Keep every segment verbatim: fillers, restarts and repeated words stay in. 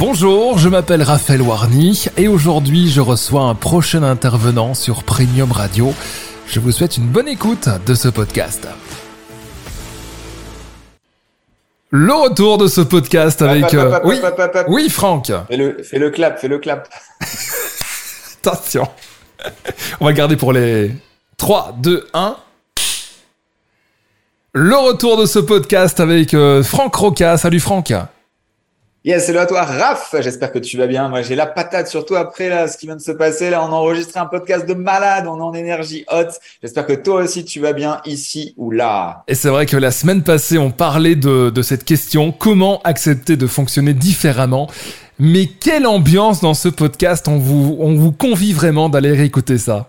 Bonjour, je m'appelle Raphaël Warny et aujourd'hui je reçois un prochain intervenant sur Premium Radio. Je vous souhaite une bonne écoute de ce podcast. Le retour de ce podcast avec... Hop, hop, hop, euh, oui, hop, hop, hop. oui, Franck. Fais le, fais le clap, fais le clap. Attention. On va le garder pour les trois, deux, un. Le retour de ce podcast avec euh, Franck Roca. Salut Franck. Yes, salut à toi, Raph. J'espère que tu vas bien. Moi, j'ai la patate, surtout après là, ce qui vient de se passer. Là, on a enregistré un podcast de malade. On est en énergie haute. J'espère que toi aussi, tu vas bien ici ou là. Et c'est vrai que la semaine passée, on parlait de, de cette question. Comment accepter de fonctionner différemment ? Mais quelle ambiance dans ce podcast. On vous, on vous convie vraiment d'aller réécouter ça.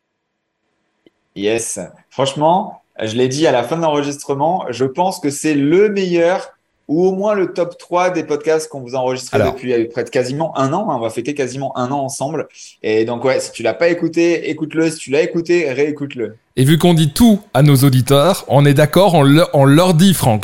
Yes. Franchement, je l'ai dit à la fin de l'enregistrement, je pense que c'est le meilleur ou au moins le top trois des podcasts qu'on vous a enregistrés Alors. depuis euh, près de quasiment un an. On va fêter quasiment un an ensemble. Et donc, ouais, si tu l'as pas écouté, écoute-le. Si tu l'as écouté, réécoute-le. Et vu qu'on dit tout à nos auditeurs, on est d'accord, on, le, on leur dit, Franck.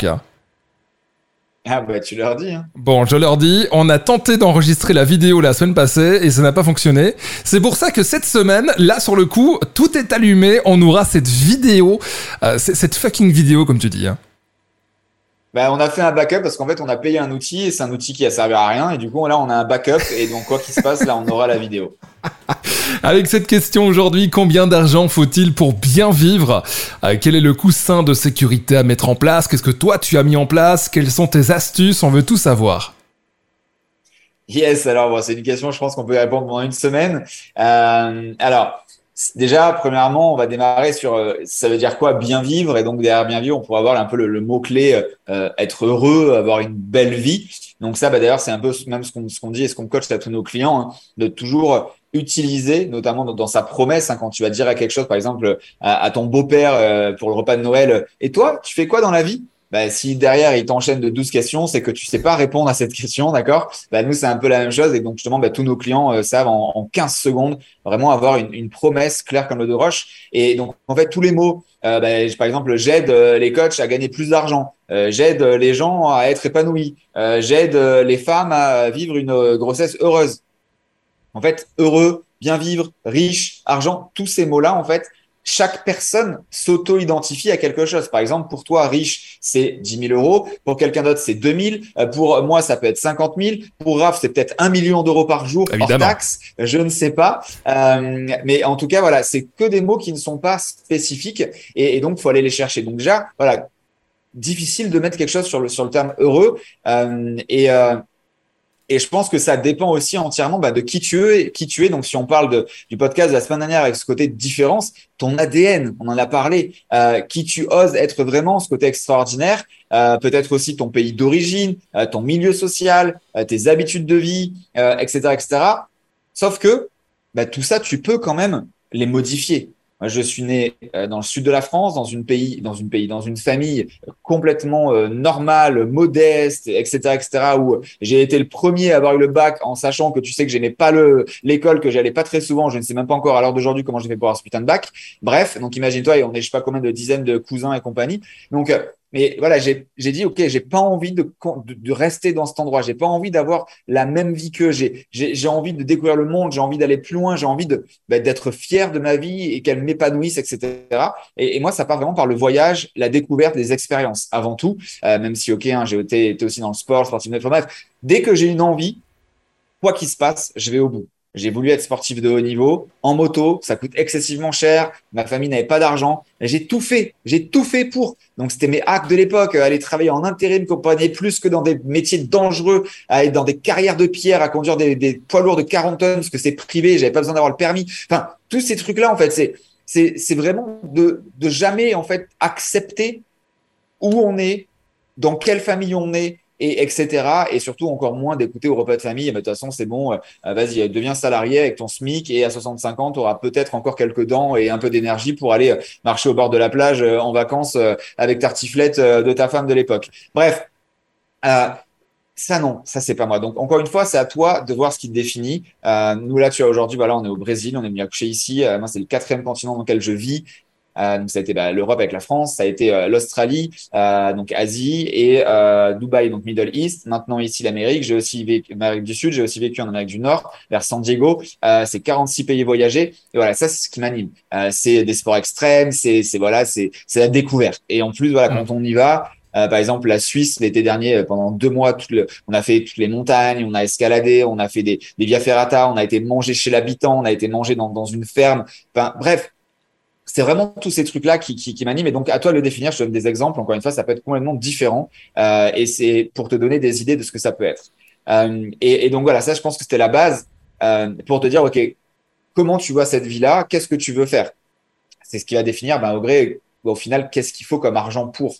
Ah bah, tu leur dis. Hein. Bon, je leur dis, on a tenté d'enregistrer la vidéo la semaine passée et ça n'a pas fonctionné. C'est pour ça que cette semaine, là sur le coup, tout est allumé. On aura cette vidéo, euh, cette fucking vidéo comme tu dis. Hein. Bah, on a fait un backup parce qu'en fait, on a payé un outil et c'est un outil qui a servi à rien. Et du coup, là, on a un backup. Et donc, quoi qu'il se passe, là, on aura la vidéo. Avec cette question aujourd'hui, combien d'argent faut-il pour bien vivre ? euh, Quel est le coussin de sécurité à mettre en place ? Qu'est-ce que toi, tu as mis en place ? Quelles sont tes astuces ? On veut tout savoir. Yes, alors, bon, c'est une question, je pense qu'on peut y répondre pendant une semaine. Euh, alors, déjà, premièrement, on va démarrer sur euh, ça veut dire quoi bien vivre. Et donc, derrière bien vivre, on pourra avoir un peu le, le mot-clé euh, être heureux, avoir une belle vie. Donc, ça, bah, d'ailleurs, c'est un peu même ce qu'on, ce qu'on dit et ce qu'on coach à tous nos clients, hein, de toujours utiliser, notamment dans, dans sa promesse, hein, quand tu vas dire à quelque chose, par exemple, à, à ton beau-père euh, pour le repas de Noël, et toi, tu fais quoi dans la vie? Bah, si derrière il t'enchaîne de douze questions, c'est que tu sais pas répondre à cette question, d'accord? Bah, nous, c'est un peu la même chose. Et donc, justement, bah, tous nos clients euh, savent en, en quinze secondes vraiment avoir une, une promesse claire comme l'eau de roche. Et donc, en fait, tous les mots, euh, bah, par exemple, j'aide euh, les coachs à gagner plus d'argent. Euh, j'aide euh, les gens à être épanouis. Euh, j'aide euh, les femmes à vivre une euh, grossesse heureuse. En fait, heureux, bien vivre, riche, argent, tous ces mots-là, en fait, chaque personne s'auto-identifie à quelque chose. Par exemple, pour toi, riche, c'est dix mille euros. Pour quelqu'un d'autre, c'est deux mille. Pour moi, ça peut être cinquante mille. Pour Raph, c'est peut-être un million d'euros par jour Évidemment. hors taxe. Je ne sais pas. Euh, mais en tout cas, voilà, c'est que des mots qui ne sont pas spécifiques. Et, et donc, il faut aller les chercher. Donc déjà, voilà, difficile de mettre quelque chose sur le, sur le terme heureux. Euh, et... Euh, Et je pense que ça dépend aussi entièrement bah, de qui tu es, qui tu es. Donc, si on parle de, du podcast de la semaine dernière avec ce côté de différence, ton A D N, on en a parlé, euh, qui tu oses être vraiment, ce côté extraordinaire, euh, peut-être aussi ton pays d'origine, euh, ton milieu social, euh, tes habitudes de vie, euh, et cetera, et cetera. Sauf que bah, tout ça, tu peux quand même les modifier. Moi, je suis né euh, dans le sud de la France, dans une pays, dans une pays, dans une famille complètement euh, normale, modeste, et cetera, et cetera, où j'ai été le premier à avoir eu le bac en sachant que tu sais que j'aimais pas le l'école, que j'allais pas très souvent. Je ne sais même pas encore à l'heure d'aujourd'hui comment j'ai fait pour avoir ce putain de bac. Bref, donc imagine-toi, et on est je sais pas combien de dizaines de cousins et compagnie. Donc euh, mais voilà, j'ai, j'ai dit, OK, j'ai pas envie de, de, de rester dans cet endroit. J'ai pas envie d'avoir la même vie qu'eux. J'ai, j'ai, j'ai envie de découvrir le monde. J'ai envie d'aller plus loin. J'ai envie de, bah, d'être fier de ma vie et qu'elle m'épanouisse, et cetera. Et, et moi, ça part vraiment par le voyage, la découverte des expériences avant tout. Euh, même si, OK, hein, j'ai été, été aussi dans le sport, sportif, enfin, bref. Dès que j'ai une envie, quoi qu'il se passe, je vais au bout. J'ai voulu être sportif de haut niveau, en moto, ça coûte excessivement cher, ma famille n'avait pas d'argent, et j'ai tout fait, j'ai tout fait pour. Donc c'était mes hacks de l'époque, aller travailler en intérim, compagnie plus que dans des métiers dangereux, à être dans des carrières de pierre, à conduire des, des poids lourds de quarante tonnes, parce que c'est privé, j'avais pas besoin d'avoir le permis. Enfin, tous ces trucs-là, en fait, c'est, c'est, c'est vraiment de, de jamais, en fait, accepter où on est, dans quelle famille on est, et etc. Et surtout, encore moins d'écouter au repas de famille. Mais de toute façon, c'est bon, euh, vas-y, deviens salarié avec ton SMIC et à soixante-cinq ans, tu auras peut-être encore quelques dents et un peu d'énergie pour aller euh, marcher au bord de la plage euh, en vacances euh, avec ta tartiflette euh, de ta femme de l'époque. Bref, euh, ça non, ça c'est pas moi. Donc encore une fois, c'est à toi de voir ce qui te définit. Euh, nous là, tu vois, aujourd'hui, voilà, on est au Brésil, on est venu accoucher ici. Euh, moi, c'est le quatrième continent dans lequel je vis. Euh, donc ça a été bah, l'Europe avec la France, ça a été euh, l'Australie, euh, donc Asie et euh, Dubaï, donc Middle East. Maintenant ici l'Amérique, j'ai aussi vécu Amérique du Sud, j'ai aussi vécu en Amérique du Nord, vers San Diego. Euh, c'est quarante-six pays voyagés. Et voilà, ça c'est ce qui m'anime. Euh, c'est des sports extrêmes, c'est c'est voilà, c'est c'est la découverte. Et en plus voilà, quand on y va. Euh, par exemple, la Suisse, l'été dernier, euh, pendant deux mois, tout le, on a fait toutes les montagnes, on a escaladé, on a fait des, des via ferrata, on a été manger chez l'habitant, on a été manger dans, dans une ferme. Enfin, bref, c'est vraiment tous ces trucs-là qui, qui, qui m'animent. Et donc, à toi de le définir. Je te donne des exemples. Encore une fois, ça peut être complètement différent. Euh, et c'est pour te donner des idées de ce que ça peut être. Euh, et, et donc, voilà, ça, je pense que c'était la base euh, pour te dire, OK, comment tu vois cette vie-là? Qu'est-ce que tu veux faire? C'est ce qui va définir, ben, au gré, au final, qu'est-ce qu'il faut comme argent pour.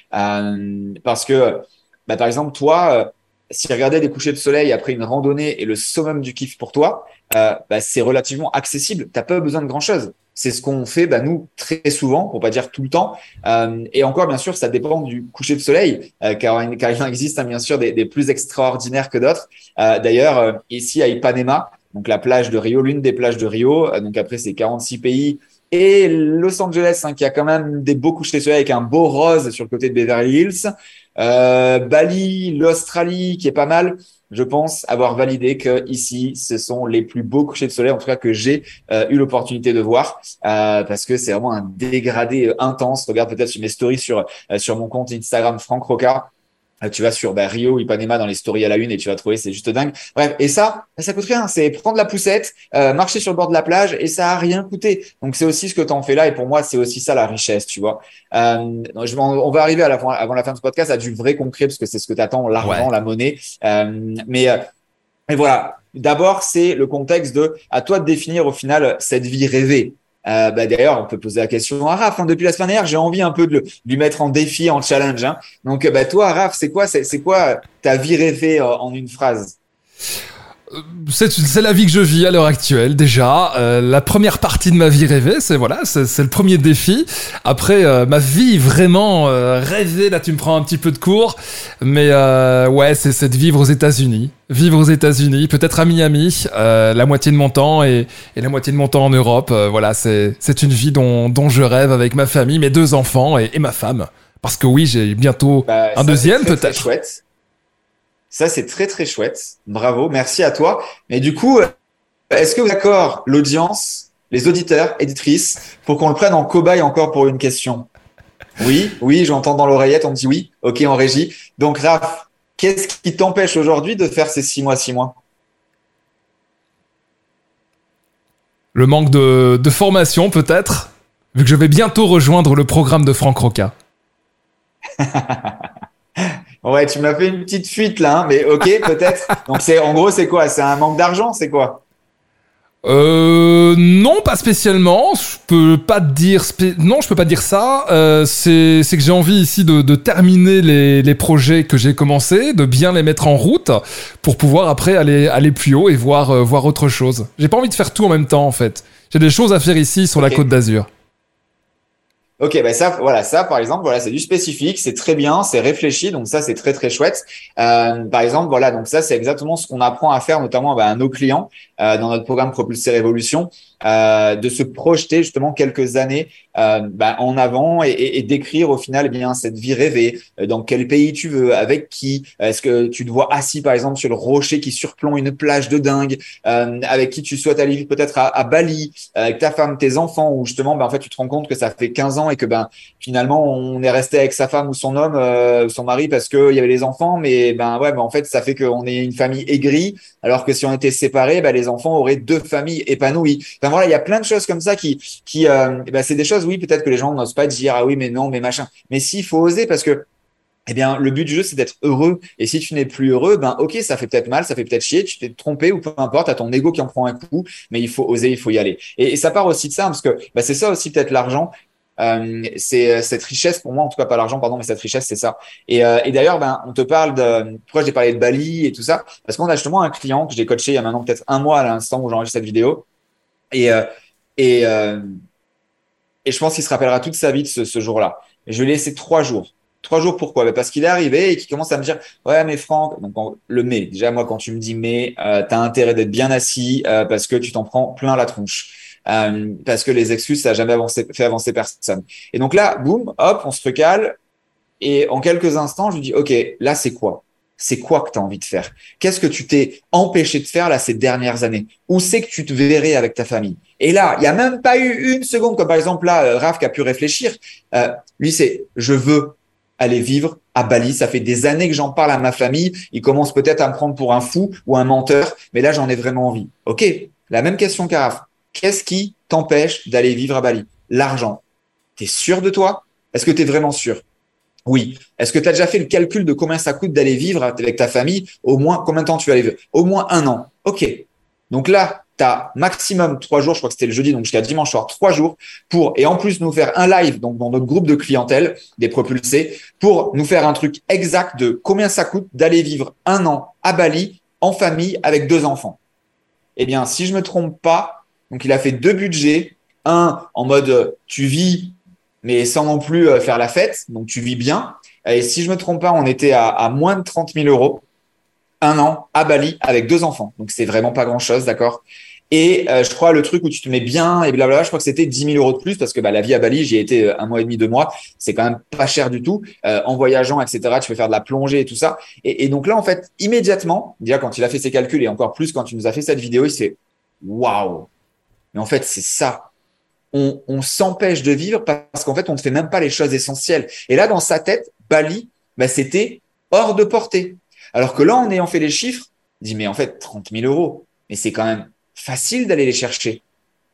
Euh, parce que, bah, par exemple, toi, euh, si regarder des couchers de soleil après une randonnée et le summum du kiff pour toi, euh, bah, c'est relativement accessible. T'as pas besoin de grand-chose. C'est ce qu'on fait, bah, nous, très souvent, pour pas dire tout le temps. Euh, et encore, bien sûr, ça dépend du coucher de soleil, euh, car, car il en existe, hein, bien sûr, des, des plus extraordinaires que d'autres. Euh, d'ailleurs, euh, ici à Ipanema, donc la plage de Rio, l'une des plages de Rio, euh, donc après, c'est quarante-six pays. Et Los Angeles, hein, qui a quand même des beaux couchers de soleil avec un beau rose sur le côté de Beverly Hills. Euh, Bali, l'Australie, qui est pas mal. Je pense avoir validé que ici, ce sont les plus beaux couchers de soleil, en tout cas que j'ai euh, eu l'opportunité de voir, euh, parce que c'est vraiment un dégradé euh, intense. Regarde peut-être sur mes stories sur euh, sur mon compte Instagram Franck Roca. Tu vas sur bah, Rio, Ipanema dans les stories à la une et tu vas trouver, c'est juste dingue. Bref, et ça, ça coûte rien. C'est prendre la poussette, euh, marcher sur le bord de la plage et ça a rien coûté. Donc c'est aussi ce que tu en fais là et pour moi c'est aussi ça la richesse, tu vois. Euh, je, on va arriver à la fin, avant la fin de ce podcast à du vrai concret parce que c'est ce que t'attends, l'argent, Ouais. la monnaie. Euh, mais euh, mais voilà. D'abord c'est le contexte de à toi de définir au final cette vie rêvée. Euh, bah d'ailleurs, on peut poser la question à Raph. Hein, depuis la semaine dernière, j'ai envie un peu de, le, de lui mettre en défi, en challenge. Hein. Donc, bah toi, Raph, c'est quoi, c'est, c'est quoi ta vie rêvée euh, en une phrase? C'est, c'est la vie que je vis à l'heure actuelle déjà. Euh, la première partie de ma vie rêvée, c'est voilà, c'est, c'est le premier défi. Après, euh, ma vie vraiment euh, rêvée, là tu me prends un petit peu de cours, mais euh, ouais, c'est, c'est de vivre aux États-Unis, vivre aux États-Unis, peut-être à Miami, euh, la moitié de mon temps et, et la moitié de mon temps en Europe. Euh, voilà, c'est c'est une vie dont dont je rêve avec ma famille, mes deux enfants et, et ma femme. Parce que oui, j'ai bientôt Bah, un ça, deuxième c'est très, peut-être. très chouette. Ça, c'est très, très chouette. Bravo. Merci à toi. Mais du coup, est-ce que vous êtes d'accord, l'audience, les auditeurs, éditrices, pour qu'on le prenne en cobaye encore pour une question? Oui, oui, j'entends dans l'oreillette, on me dit oui. OK, en régie. Donc, Raph, qu'est-ce qui t'empêche aujourd'hui de faire ces six mois, six mois? Le manque de, de formation peut-être, vu que je vais bientôt rejoindre le programme de Franck Roca. Ouais, tu m'as fait une petite fuite là, hein, mais ok, peut-être. Donc c'est, en gros, c'est quoi? C'est un manque d'argent, c'est quoi? Euh, non, pas spécialement. Je peux pas te dire. Spé... Non, je peux pas dire ça. Euh, c'est, c'est que j'ai envie ici de, de terminer les, les projets que j'ai commencés, de bien les mettre en route pour pouvoir après aller aller plus haut et voir euh, voir autre chose. J'ai pas envie de faire tout en même temps en fait. J'ai des choses à faire ici sur Ok. la Côte d'Azur. Ok, ben ça, voilà, ça, par exemple, voilà, c'est du spécifique, c'est très bien, c'est réfléchi, donc ça, c'est très très chouette. Euh, par exemple, voilà, donc ça, c'est exactement ce qu'on apprend à faire, notamment ben, à nos clients euh, dans notre programme Propulser Révolution, euh, de se projeter justement quelques années euh, ben, en avant et, et, et d'écrire au final, eh bien cette vie rêvée, euh, dans quel pays tu veux, avec qui, est-ce que tu te vois assis par exemple sur le rocher qui surplombe une plage de dingue, euh, avec qui tu souhaites aller vivre peut-être à, à Bali, avec ta femme, tes enfants, ou justement, ben, en fait, tu te rends compte que ça fait quinze ans et que ben finalement on est resté avec sa femme ou son homme, euh, son mari parce que il y avait les enfants, mais ben ouais, ben en fait ça fait qu'on est une famille aigrie, alors que si on était séparés, ben les enfants auraient deux familles épanouies. Enfin voilà, il y a plein de choses comme ça qui qui euh, ben, c'est des choses, oui, peut-être que les gens n'osent pas dire ah oui mais non mais machin, mais si, il faut oser parce que eh bien, le but du jeu, c'est d'être heureux. Et si tu n'es plus heureux, ben, ok, ça fait peut-être mal, ça fait peut-être chier, tu t'es trompé ou peu importe, à ton ego qui en prend un coup, mais il faut oser, il faut y aller. Et, et ça part aussi de ça, parce que ben, c'est ça aussi peut-être l'argent. Euh, c'est cette richesse pour moi, en tout cas pas l'argent, pardon, mais cette richesse, c'est ça. Et, euh, et d'ailleurs, ben, on te parle de pourquoi j'ai parlé de Bali et tout ça, parce qu'on a justement un client que j'ai coaché il y a maintenant peut-être un mois à l'instant où j'enregistre cette vidéo. Et, euh, et, euh, et je pense qu'il se rappellera toute sa vie de ce, ce jour-là. Et je lui ai laissé trois jours. Trois jours pourquoi? Ben parce qu'il est arrivé et qu'il commence à me dire ouais mais Franck, donc en- le mais, déjà moi quand tu me dis mais, euh, t'as intérêt d'être bien assis euh, parce que tu t'en prends plein la tronche. euh, parce que les excuses, ça n'a jamais avancé, fait avancer personne. Et donc là, boum, hop, on se recale. Et en quelques instants, je lui dis, OK, là, c'est quoi? C'est quoi que tu as envie de faire? Qu'est-ce que tu t'es empêché de faire là ces dernières années? Où c'est que tu te verrais avec ta famille? Et là, il n'y a même pas eu une seconde, comme par exemple là, Raph qui a pu réfléchir. Euh, lui, c'est je veux aller vivre à Bali. Ça fait des années que j'en parle à ma famille. Ils commencent peut-être à me prendre pour un fou ou un menteur, mais là, j'en ai vraiment envie. OK, la même question qu'à Raph. Qu'est-ce qui t'empêche d'aller vivre à Bali? L'argent. Tu es sûr de toi? Est-ce que tu es vraiment sûr? Oui. Est-ce que tu as déjà fait le calcul de combien ça coûte d'aller vivre avec ta famille? Au moins, combien de temps tu vas aller vivre? Au moins un an. OK. Donc là, tu as maximum trois jours, je crois que c'était le jeudi, donc jusqu'à dimanche soir, trois jours pour, et en plus nous faire un live donc dans notre groupe de clientèle des propulsés pour nous faire un truc exact de combien ça coûte d'aller vivre un an à Bali en famille avec deux enfants. Eh bien, si je me trompe pas, donc il a fait deux budgets. Un en mode tu vis mais sans non plus faire la fête, donc tu vis bien. Et si je me trompe pas, on était à, à moins de trente mille euros, un an à Bali avec deux enfants. Donc c'est vraiment pas grand-chose, d'accord? Et euh, je crois le truc où tu te mets bien et blablabla, je crois que c'était dix mille euros de plus parce que bah, la vie à Bali, j'y ai été un mois et demi, deux mois, c'est quand même pas cher du tout. Euh, en voyageant, et cetera, tu peux faire de la plongée et tout ça. Et, et donc là, en fait, immédiatement, déjà quand il a fait ses calculs et encore plus quand tu nous as fait cette vidéo, il s'est waouh. Mais en fait, c'est ça. On, on s'empêche de vivre parce qu'en fait, on ne fait même pas les choses essentielles. Et là, dans sa tête, Bali, bah, c'était hors de portée. Alors que là, en ayant fait les chiffres, il dit, mais en fait, trente mille euros, mais c'est quand même facile d'aller les chercher.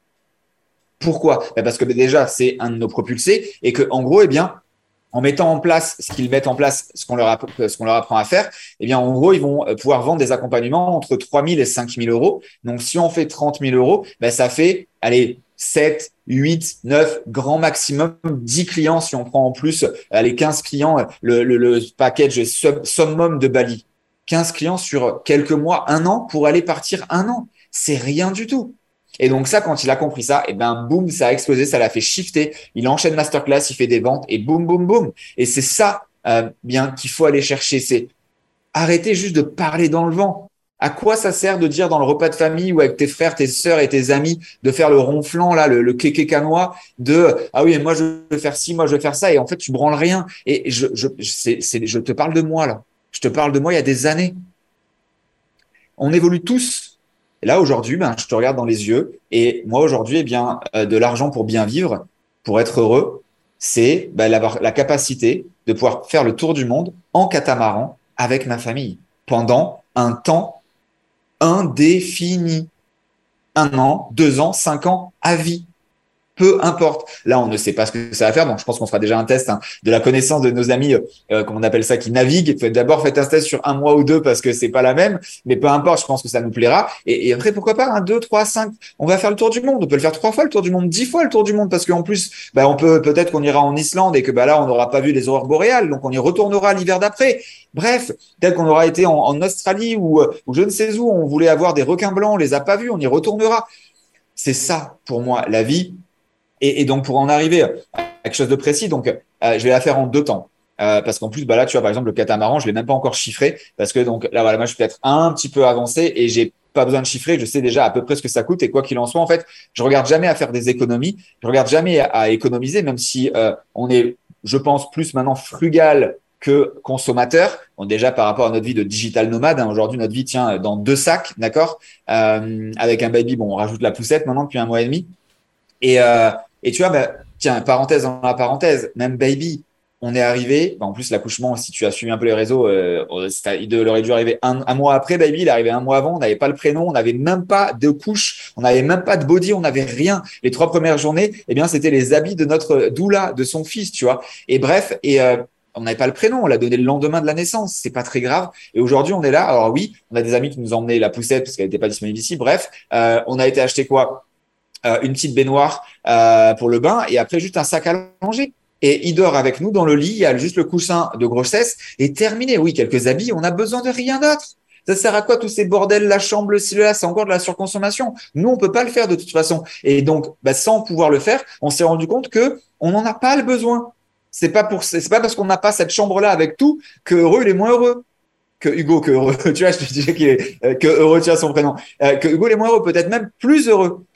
Pourquoi? Bah parce que bah, déjà, c'est un de nos propulsés et que, en gros, eh bien, en mettant en place ce qu'ils mettent en place, ce qu'on leur, app- ce qu'on leur apprend à faire, eh bien, en gros, ils vont pouvoir vendre des accompagnements entre trois mille et cinq mille euros. Donc, si on fait trente mille euros, bah, ça fait, allez, sept, huit, neuf, grand maximum, dix clients si on prend en plus euh, les quinze clients, le, le, le package sum- summum de Bali. quinze clients sur quelques mois, un an pour aller partir un an. C'est rien du tout. Et donc ça, quand il a compris ça, et ben boum, ça a explosé, ça l'a fait shifter. Il enchaîne masterclass, il fait des ventes et boum, boum, boum. Et c'est ça euh, bien qu'il faut aller chercher. C'est arrêter juste de parler dans le vent. À quoi ça sert de dire dans le repas de famille ou avec tes frères, tes sœurs et tes amis de faire le ronflant là, le, le kéké canois de ah oui, moi je veux faire ci, moi je veux faire ça et en fait tu branles rien. Et je je c'est, c'est, je te parle de moi là. Je te parle de moi il y a des années. On évolue tous. Et là aujourd'hui, ben je te regarde dans les yeux et moi aujourd'hui, eh bien euh, de l'argent pour bien vivre, pour être heureux, c'est ben, la, la capacité de pouvoir faire le tour du monde en catamaran avec ma famille pendant un temps indéfini. Un an, deux ans, cinq ans, à vie. Peu importe. Là, on ne sait pas ce que ça va faire. Donc, je pense qu'on fera déjà un test hein, de la connaissance de nos amis, euh, comme on appelle ça, qui naviguent. D'abord, faites un test sur un mois ou deux parce que c'est pas la même. Mais peu importe, je pense que ça nous plaira. Et, et après, pourquoi pas un, deux, trois, cinq. On va faire le tour du monde. On peut le faire trois fois le tour du monde, dix fois le tour du monde parce qu'en plus, bah, on peut peut-être qu'on ira en Islande et que bah là, on n'aura pas vu les aurores boréales. Donc, on y retournera l'hiver d'après. Bref, peut-être qu'on aura été en, en Australie ou, ou je ne sais où. On voulait avoir des requins blancs. On les a pas vus. On y retournera. C'est ça pour moi la vie. Et, et donc, pour en arriver à quelque chose de précis, donc, euh, je vais la faire en deux temps. Euh, parce qu'en plus, bah là, tu vois, par exemple, le catamaran, je l'ai même pas encore chiffré parce que donc là, voilà, moi, je suis peut-être un petit peu avancé et j'ai pas besoin de chiffrer. Je sais déjà à peu près ce que ça coûte et quoi qu'il en soit, en fait, je regarde jamais à faire des économies. Je regarde jamais à, à économiser, même si euh, on est, je pense, plus maintenant frugal que consommateur. Bon, déjà par rapport à notre vie de digital nomade, hein, aujourd'hui, notre vie tient dans deux sacs, d'accord, euh, avec un baby. Bon, on rajoute la poussette maintenant depuis un mois et demi. Et, euh, et tu vois, bah, tiens, parenthèse dans la parenthèse, même baby, on est arrivé. Bah, en plus, l'accouchement, si tu as suivi un peu les réseaux, euh, il aurait dû arriver un, un mois après. Baby, il est arrivé un mois avant. On n'avait pas le prénom, on n'avait même pas de couche, on n'avait même pas de body, on n'avait rien. Les trois premières journées, eh bien, c'était les habits de notre doula, de son fils, tu vois. Et bref, et euh, on n'avait pas le prénom, on l'a donné le lendemain de la naissance. C'est pas très grave. Et aujourd'hui, on est là. Alors oui, on a des amis qui nous ont emmené la poussette parce qu'elle n'était pas disponible ici. Bref, euh, on a été acheter quoi? Euh, une petite baignoire euh, pour le bain et après juste un sac à langer. Et il dort avec nous dans le lit, il y a juste le coussin de grossesse et terminé. Oui, quelques habits, on a besoin de rien d'autre. Ça sert à quoi tous ces bordels, la chambre, le ci, le là, c'est encore de la surconsommation. Nous, on peut pas le faire de toute façon. Et donc, bah, sans pouvoir le faire, on s'est rendu compte que on n'en a pas le besoin. C'est pas pour, c'est pas parce qu'on n'a pas cette chambre-là avec tout que heureux, il est moins heureux. Que Hugo, que heureux, tu vois, je te disais qu'il est, euh, que heureux, tu as son prénom, euh, que Hugo est moins heureux, peut-être même plus heureux.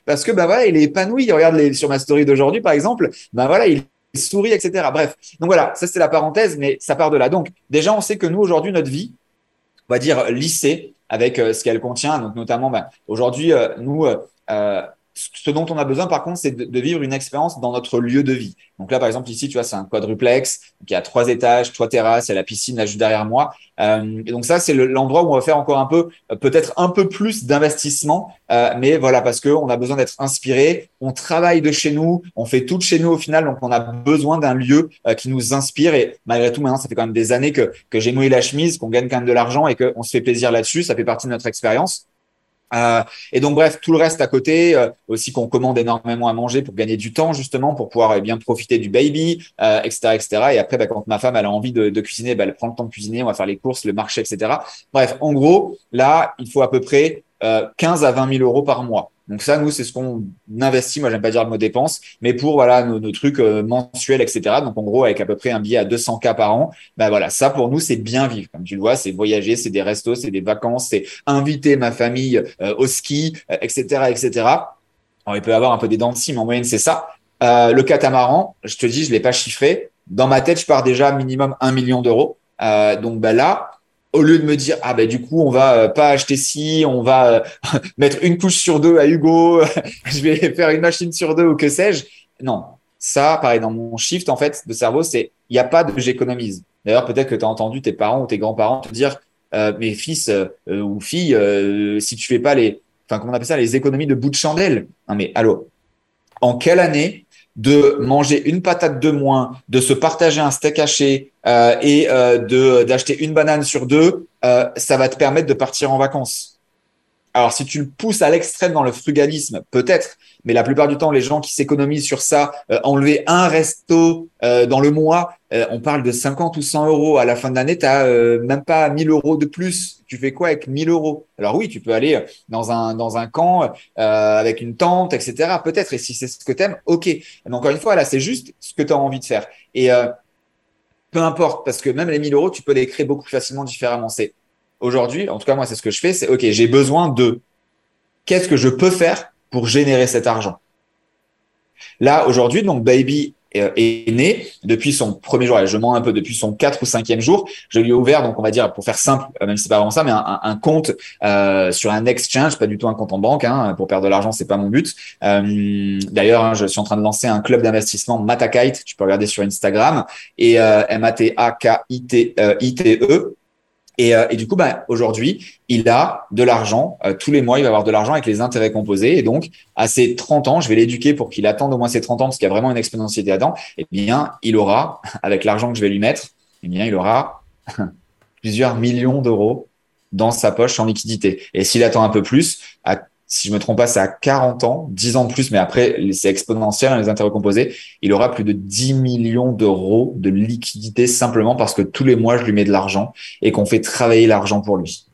parce que bah voilà, il est épanoui. Regarde les, sur ma story d'aujourd'hui, par exemple, bah voilà, il sourit, et cetera. Bref, donc voilà, ça c'est la parenthèse, mais ça part de là. Donc déjà, on sait que nous aujourd'hui, notre vie, on va dire lycée, avec euh, ce qu'elle contient, donc notamment bah, aujourd'hui, euh, nous, euh, euh, ce dont on a besoin, par contre, c'est de, de vivre une expérience dans notre lieu de vie. Donc là, par exemple, ici, tu vois, c'est un quadruplex qui a trois étages, trois terrasses, il y a la piscine là juste derrière moi. Euh, et donc ça, c'est le, l'endroit où on va faire encore un peu, euh, peut-être un peu plus d'investissement, euh, mais voilà, parce que on a besoin d'être inspiré. On travaille de chez nous, on fait tout de chez nous au final, donc on a besoin d'un lieu euh, qui nous inspire. Et malgré tout, maintenant, ça fait quand même des années que que j'ai mouillé la chemise, qu'on gagne quand même de l'argent et qu'on se fait plaisir là-dessus. Ça fait partie de notre expérience. Euh, et donc bref, tout le reste à côté, euh, aussi qu'on commande énormément à manger pour gagner du temps justement, pour pouvoir eh bien profiter du baby, euh, et cetera, et cetera. Et après, bah, quand ma femme elle a envie de, de cuisiner, bah, elle prend le temps de cuisiner, on va faire les courses, le marché, et cetera. Bref, en gros, là, il faut à peu près euh, quinze à vingt mille euros par mois. Donc ça, nous, c'est ce qu'on investit. Moi, j'aime pas dire le mot dépense, mais pour voilà nos, nos trucs euh, mensuels, et cetera. Donc en gros, avec à peu près un billet à deux cents K par an, bah voilà, ça pour nous, c'est bien vivre. Comme tu le vois, c'est voyager, c'est des restos, c'est des vacances, c'est inviter ma famille euh, au ski, euh, et cetera, et cetera. Alors, il peut y avoir un peu des dents de scie, mais en moyenne, c'est ça. Euh, le catamaran, je te dis, je l'ai pas chiffré. Dans ma tête, je pars déjà minimum un million d'euros. Euh, donc bah là, au lieu de me dire ah ben du coup on va euh, pas acheter ci, on va euh, mettre une couche sur deux à Hugo, je vais faire une machine sur deux ou que sais-je. Non, ça, pareil dans mon shift en fait de cerveau, c'est il n'y a pas de j'économise. D'ailleurs, peut-être que tu as entendu tes parents ou tes grands-parents te dire euh, mes fils euh, ou filles, euh, si tu fais pas les, enfin comment on appelle ça, les économies de bout de chandelle. Non mais allô, en quelle année de manger une patate de moins, de se partager un steak haché euh, et euh, de d'acheter une banane sur deux, euh, ça va te permettre de partir en vacances. Alors, si tu le pousses à l'extrême dans le frugalisme, peut-être, mais la plupart du temps, les gens qui s'économisent sur ça, euh, enlever un resto euh, dans le mois, euh, on parle de cinquante ou cent euros. À la fin de l'année, tu n'as euh, même pas mille euros de plus. Tu fais quoi avec mille euros? Alors oui, tu peux aller dans un, dans un camp euh, avec une tente, et cetera. Peut-être, et si c'est ce que tu aimes, ok. Mais encore une fois, là, c'est juste ce que tu as envie de faire. Et euh, peu importe, parce que même les mille euros, tu peux les créer beaucoup plus facilement différemment. C'est aujourd'hui, en tout cas, moi, c'est ce que je fais, c'est OK, j'ai besoin de qu'est-ce que je peux faire pour générer cet argent. Là, aujourd'hui, donc, Baby est né depuis son premier jour. Je mens un peu depuis son quatre ou cinquième jour. Je lui ai ouvert, donc on va dire, pour faire simple, même si c'est pas vraiment ça, mais un, un compte euh, sur un exchange, pas du tout un compte en banque. Hein, pour perdre de l'argent, c'est pas mon but. Euh, d'ailleurs, hein, je suis en train de lancer un club d'investissement Matakite. Tu peux regarder sur Instagram et euh, M A T A K I T E. Et, euh, et du coup, bah, aujourd'hui, il a de l'argent. Euh, tous les mois, il va avoir de l'argent avec les intérêts composés. Et donc, à ses trente ans, je vais l'éduquer pour qu'il attende au moins ses trente ans, parce qu'il y a vraiment une exponentialité là-dedans. Eh bien, il aura, avec l'argent que je vais lui mettre, eh bien, il aura plusieurs millions d'euros dans sa poche en liquidité. Et s'il attend un peu plus, à si je me trompe pas, c'est à quarante ans, dix ans de plus, mais après, c'est exponentiel, hein, les intérêts composés. Il aura plus de dix millions d'euros de liquidité simplement parce que tous les mois, je lui mets de l'argent et qu'on fait travailler l'argent pour lui.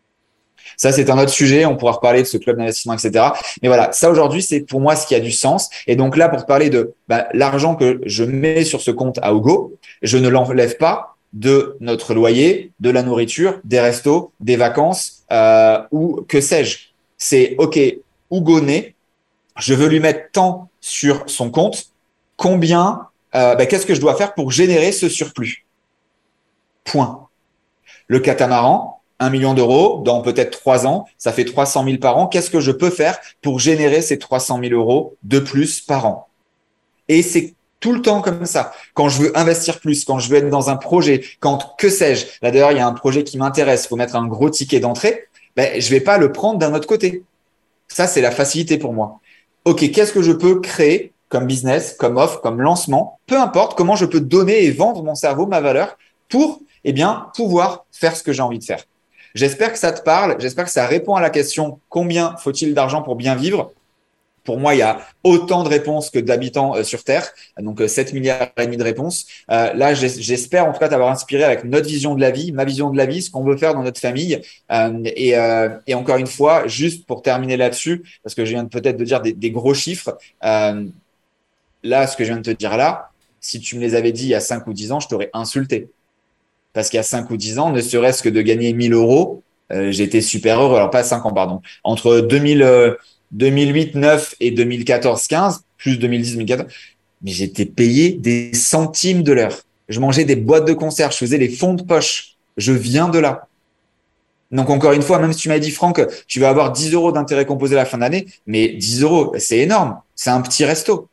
Ça, c'est un autre sujet. On pourra reparler de ce club d'investissement, et cetera. Mais voilà, ça aujourd'hui, c'est pour moi ce qui a du sens. Et donc là, pour te parler de bah, l'argent que je mets sur ce compte à Hugo, je ne l'enlève pas de notre loyer, de la nourriture, des restos, des vacances euh, ou que sais-je. C'est OK, Hugo né, je veux lui mettre tant sur son compte, combien, euh, ben, qu'est-ce que je dois faire pour générer ce surplus? Point. Le catamaran, un million d'euros, dans peut-être trois ans, ça fait trois cent mille par an. Qu'est-ce que je peux faire pour générer ces trois cent mille euros de plus par an? Et c'est tout le temps comme ça. Quand je veux investir plus, quand je veux être dans un projet, quand que sais-je, là d'ailleurs, il y a un projet qui m'intéresse, il faut mettre un gros ticket d'entrée, ben, je vais pas le prendre d'un autre côté. Ça, c'est la facilité pour moi. OK, qu'est-ce que je peux créer comme business, comme offre, comme lancement, peu importe comment je peux donner et vendre mon cerveau, ma valeur, pour eh bien, pouvoir faire ce que j'ai envie de faire. J'espère que ça te parle, j'espère que ça répond à la question combien faut-il d'argent pour bien vivre? Pour moi, il y a autant de réponses que d'habitants euh, sur Terre, donc euh, sept milliards et demi de réponses. Euh, là, j'espère en tout cas t'avoir inspiré avec notre vision de la vie, ma vision de la vie, ce qu'on veut faire dans notre famille. Euh, et, euh, et encore une fois, juste pour terminer là-dessus, parce que je viens peut-être de dire des, des gros chiffres, euh, là, ce que je viens de te dire là, si tu me les avais dit il y a cinq ou dix ans, je t'aurais insulté. Parce qu'il y a cinq ou dix ans, ne serait-ce que de gagner mille euros, euh, j'étais super heureux. Alors pas cinq ans, pardon. Entre deux mille... Euh, deux mille huit, neuf et deux mille quatorze, quinze, plus deux mille dix, deux mille quatorze, mais j'étais payé des centimes de l'heure. Je mangeais des boîtes de conserve, je faisais les fonds de poche. Je viens de là. Donc, encore une fois, même si tu m'as dit, Franck, tu vas avoir dix euros d'intérêt composé à la fin de l'année, mais dix euros, c'est énorme. C'est un petit resto.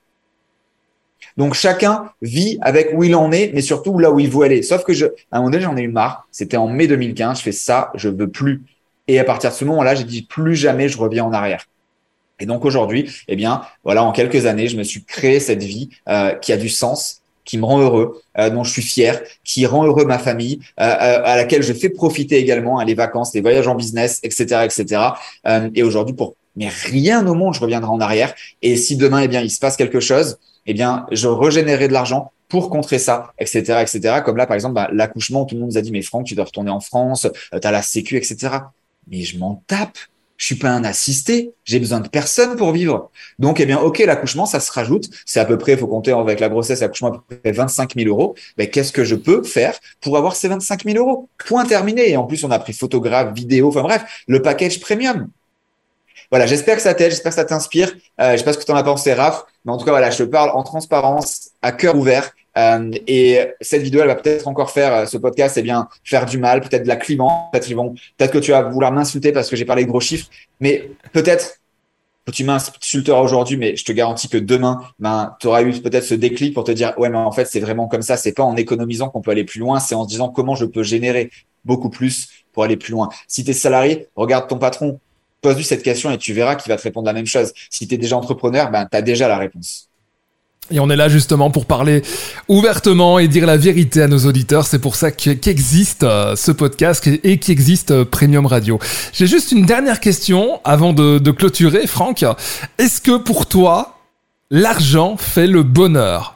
Donc, chacun vit avec où il en est, mais surtout là où il veut aller. Sauf que je, à un moment donné, j'en ai eu marre. C'était en mai deux mille quinze. Je fais ça, je veux plus. Et à partir de ce moment-là, j'ai dit plus jamais je reviens en arrière. Et donc, aujourd'hui, eh bien, voilà, en quelques années, je me suis créé cette vie euh, qui a du sens, qui me rend heureux, euh, dont je suis fier, qui rend heureux ma famille, euh, euh, à laquelle je fais profiter également hein, les vacances, les voyages en business, et cetera, et cetera. Euh, et aujourd'hui, pour mais rien au monde, je reviendrai en arrière. Et si demain, eh bien, il se passe quelque chose, eh bien, je régénérerai de l'argent pour contrer ça, et cetera, et cetera. Comme là, par exemple, bah, l'accouchement, tout le monde nous a dit, mais Franck, tu dois retourner en France, euh, t'as la sécu, et cetera. Mais je m'en tape. Je suis pas un assisté, j'ai besoin de personne pour vivre. Donc, eh bien, ok, l'accouchement, ça se rajoute. C'est à peu près, il faut compter avec la grossesse, l'accouchement, à peu près vingt-cinq mille euros. Ben, qu'est-ce que je peux faire pour avoir ces vingt-cinq mille euros? Point terminé. Et en plus, on a pris photographe, vidéo, enfin bref, le package premium. Voilà, j'espère que ça t'aide, j'espère que ça t'inspire. Euh, je sais pas ce que tu en as pensé, Raph, mais en tout cas, voilà, je te parle en transparence, à cœur ouvert. Euh, et cette vidéo, elle va peut-être encore faire, ce podcast, eh bien, faire du mal, peut-être de la clivance, peut-être ils vont, peut-être que tu vas vouloir m'insulter parce que j'ai parlé de gros chiffres, mais peut-être que tu m'insulteras aujourd'hui, mais je te garantis que demain, ben, tu auras eu peut-être ce déclic pour te dire, ouais, mais en fait, c'est vraiment comme ça. C'est pas en économisant qu'on peut aller plus loin, c'est en se disant comment je peux générer beaucoup plus pour aller plus loin. Si tu es salarié, regarde ton patron, pose-lui cette question et tu verras qu'il va te répondre la même chose. Si tu es déjà entrepreneur, ben, tu as déjà la réponse. Et on est là justement pour parler ouvertement et dire la vérité à nos auditeurs. C'est pour ça qu'existe ce podcast et qu'existe Premium Radio. J'ai juste une dernière question avant de, de clôturer, Franck. Est-ce que pour toi, l'argent fait le bonheur?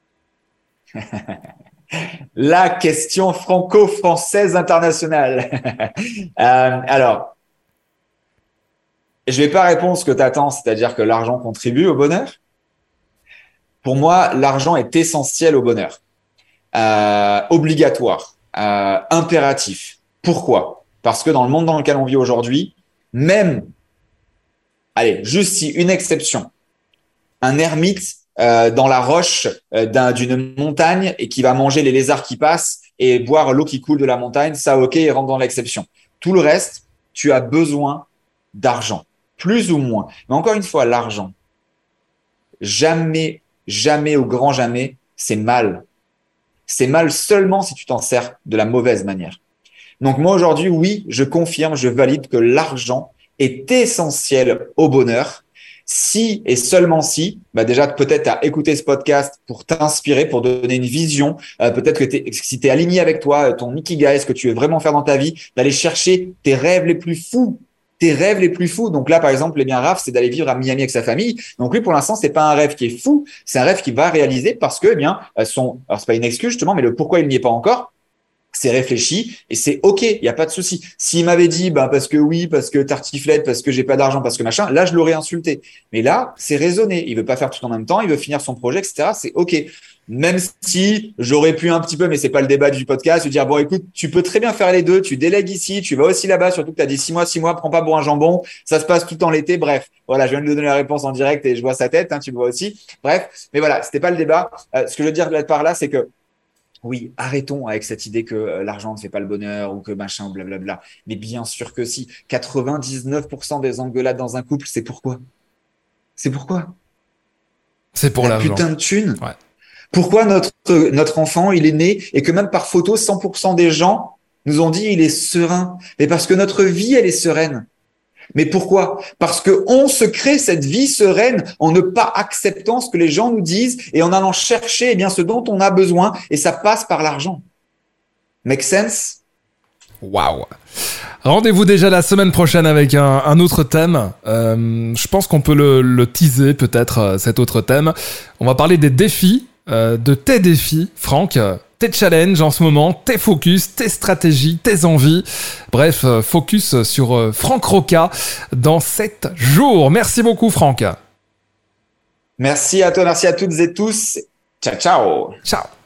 La question franco-française internationale. euh, alors, je vais pas répondre ce que tu attends, c'est-à-dire que l'argent contribue au bonheur. Pour moi, l'argent est essentiel au bonheur, euh, obligatoire, euh, impératif. Pourquoi? Parce que dans le monde dans lequel on vit aujourd'hui, même, allez, juste si une exception, un ermite euh, dans la roche euh, d'un, d'une montagne et qui va manger les lézards qui passent et boire l'eau qui coule de la montagne, ça, ok, il rentre dans l'exception. Tout le reste, tu as besoin d'argent, plus ou moins. Mais encore une fois, l'argent, jamais Jamais, au grand jamais, c'est mal. C'est mal seulement si tu t'en sers de la mauvaise manière. Donc moi aujourd'hui, oui, je confirme, je valide que l'argent est essentiel au bonheur. Si et seulement si, bah déjà peut-être à écouter ce podcast pour t'inspirer, pour donner une vision. Euh, peut-être que t'es, si tu es aligné avec toi, ton ikigai, ce que tu veux vraiment faire dans ta vie, d'aller chercher tes rêves les plus fous. Tes rêves les plus fous. Donc là, par exemple, eh bien, Raph, c'est d'aller vivre à Miami avec sa famille. Donc lui, pour l'instant, c'est pas un rêve qui est fou, c'est un rêve qu'il va réaliser parce que, eh bien, son, alors c'est pas une excuse justement, mais le pourquoi il n'y est pas encore, c'est réfléchi et c'est ok, il y a pas de souci. S'il m'avait dit, bah parce que oui, parce que tartiflette, parce que j'ai pas d'argent, parce que machin, là, je l'aurais insulté. Mais là, c'est raisonné. Il veut pas faire tout en même temps, il veut finir son projet, et cetera. C'est ok. Même si j'aurais pu un petit peu, mais c'est pas le débat du podcast, de dire, bon, écoute, tu peux très bien faire les deux, tu délègues ici, tu vas aussi là-bas, surtout que tu as dit six mois, six mois, prends pas pour un jambon, ça se passe tout en l'été, bref. Voilà, je viens de lui donner la réponse en direct et je vois sa tête, hein, tu le vois aussi. Bref, mais voilà, c'était pas le débat. Euh, ce que je veux dire là par là, c'est que oui, arrêtons avec cette idée que euh, l'argent ne fait pas le bonheur ou que machin, blablabla. Mais bien sûr que si. quatre-vingt-dix-neuf pour cent des engueulades dans un couple, c'est pourquoi? C'est pourquoi? C'est pour la l'argent. Putain de thune. Ouais. Pourquoi notre, notre enfant, il est né et que même par photo, cent pour cent des gens nous ont dit il est serein. Mais parce que notre vie, elle est sereine. Mais pourquoi? Parce que on se crée cette vie sereine en ne pas acceptant ce que les gens nous disent et en allant chercher eh bien, ce dont on a besoin et ça passe par l'argent. Make sense? Waouh! Rendez-vous déjà la semaine prochaine avec un, un autre thème. Euh, je pense qu'on peut le, le teaser peut-être, euh, cet autre thème. On va parler des défis, euh, de tes défis, Franck. Tes challenges en ce moment, tes focus, tes stratégies, tes envies. Bref, euh, focus sur euh, Franck Roca dans sept jours. Merci beaucoup, Franck. Merci à toi, merci à toutes et tous. Ciao, ciao. Ciao.